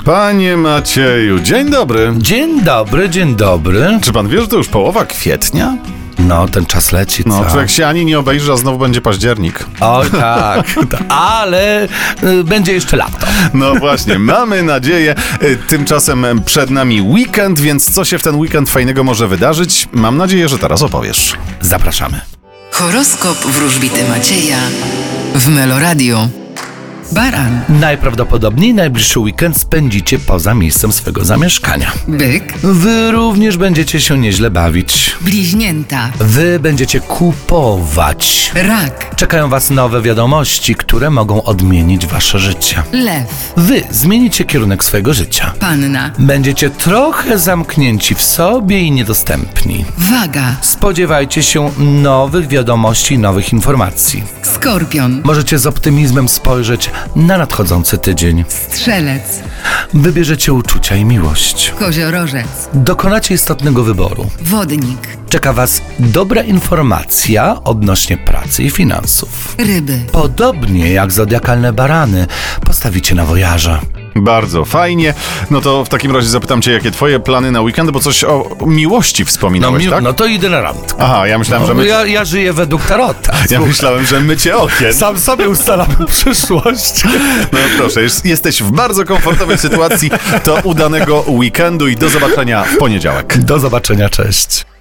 Panie Macieju, dzień dobry. Dzień dobry, dzień dobry. Czy pan wie, że to już połowa kwietnia? No, ten czas leci, co? No, człowiek się ani nie obejrzy, a znowu będzie październik. Oj, tak, ale będzie jeszcze lato. No właśnie, mamy nadzieję. Tymczasem przed nami weekend, więc co się w ten weekend fajnego może wydarzyć? Mam nadzieję, że teraz opowiesz. Zapraszamy. Horoskop wróżbity Macieja w Meloradio. Baran, Najprawdopodobniej najbliższy weekend spędzicie poza miejscem swego zamieszkania. byk, Wy również będziecie się nieźle bawić. bliźnięta, Wy będziecie kupować. rak, Czekają was nowe wiadomości, które mogą odmienić wasze życie. lew, Wy zmienicie kierunek swojego życia. panna, Będziecie trochę zamknięci w sobie i niedostępni. waga, Spodziewajcie się nowych wiadomości i nowych informacji. skorpion, Możecie z optymizmem spojrzeć na nadchodzący tydzień. strzelec, Wybierzecie uczucia i miłość. koziorożec, Dokonacie istotnego wyboru. wodnik, Czeka was dobra informacja odnośnie pracy i finansów. ryby. Podobnie jak zodiakalne barany, postawicie na wojaża. Bardzo fajnie. No to w takim razie zapytam cię, jakie twoje plany na weekend, bo coś o miłości wspominałeś, tak? No to idę na randkę. Aha, ja myślałem, że Ja żyję według tarota. Ja myślałem, że mycie okien. Sam sobie ustalamy przyszłość. No proszę, jesteś w bardzo komfortowej sytuacji. To udanego weekendu i do zobaczenia w poniedziałek. Do zobaczenia, cześć.